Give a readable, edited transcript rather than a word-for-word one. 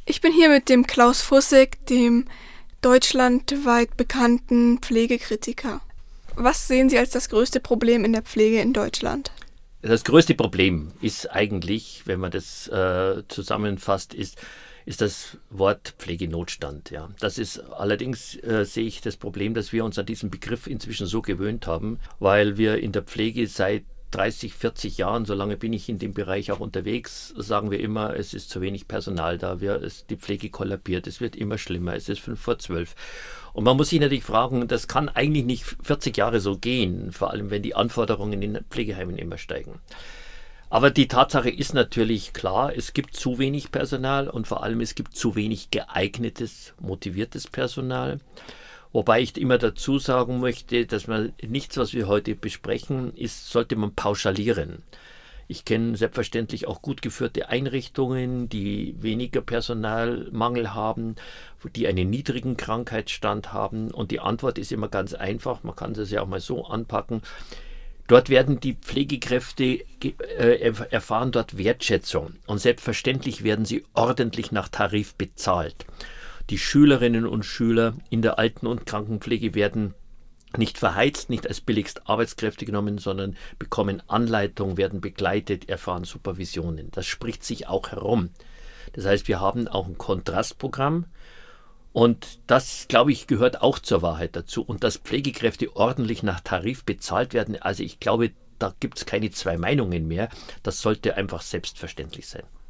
Ich bin hier mit dem Klaus Fussek, dem deutschlandweit bekannten Pflegekritiker. Was sehen Sie als das größte Problem in der Pflege in Deutschland? Das größte Problem ist eigentlich, wenn man das zusammenfasst, ist das Wort Pflegenotstand. Ja. Das ist allerdings, sehe ich das Problem, dass wir uns an diesen Begriff inzwischen so gewöhnt haben, weil wir in der Pflege seit 30, 40 Jahren, so lange bin ich in dem Bereich auch unterwegs, sagen wir immer, es ist zu wenig Personal da, die Pflege kollabiert, es wird immer schlimmer, es ist 5 vor 12. Und man muss sich natürlich fragen, das kann eigentlich nicht 40 Jahre so gehen, vor allem wenn die Anforderungen in den Pflegeheimen immer steigen. Aber die Tatsache ist natürlich klar, es gibt zu wenig Personal und vor allem es gibt zu wenig geeignetes, motiviertes Personal. Wobei ich immer dazu sagen möchte, dass man nichts, was wir heute besprechen, sollte man pauschalieren. Ich kenne selbstverständlich auch gut geführte Einrichtungen, die weniger Personalmangel haben, die einen niedrigen Krankheitsstand haben. Und die Antwort ist immer ganz einfach, man kann das ja auch mal so anpacken. Dort werden die Pflegekräfte erfahren dort Wertschätzung und selbstverständlich werden sie ordentlich nach Tarif bezahlt. Die Schülerinnen und Schüler in der Alten- und Krankenpflege werden nicht verheizt, nicht als billigst Arbeitskräfte genommen, sondern bekommen Anleitung, werden begleitet, erfahren Supervisionen. Das spricht sich auch herum. Das heißt, wir haben auch ein Kontrastprogramm und das, glaube ich, gehört auch zur Wahrheit dazu. Und dass Pflegekräfte ordentlich nach Tarif bezahlt werden, also ich glaube, da gibt es keine zwei Meinungen mehr. Das sollte einfach selbstverständlich sein.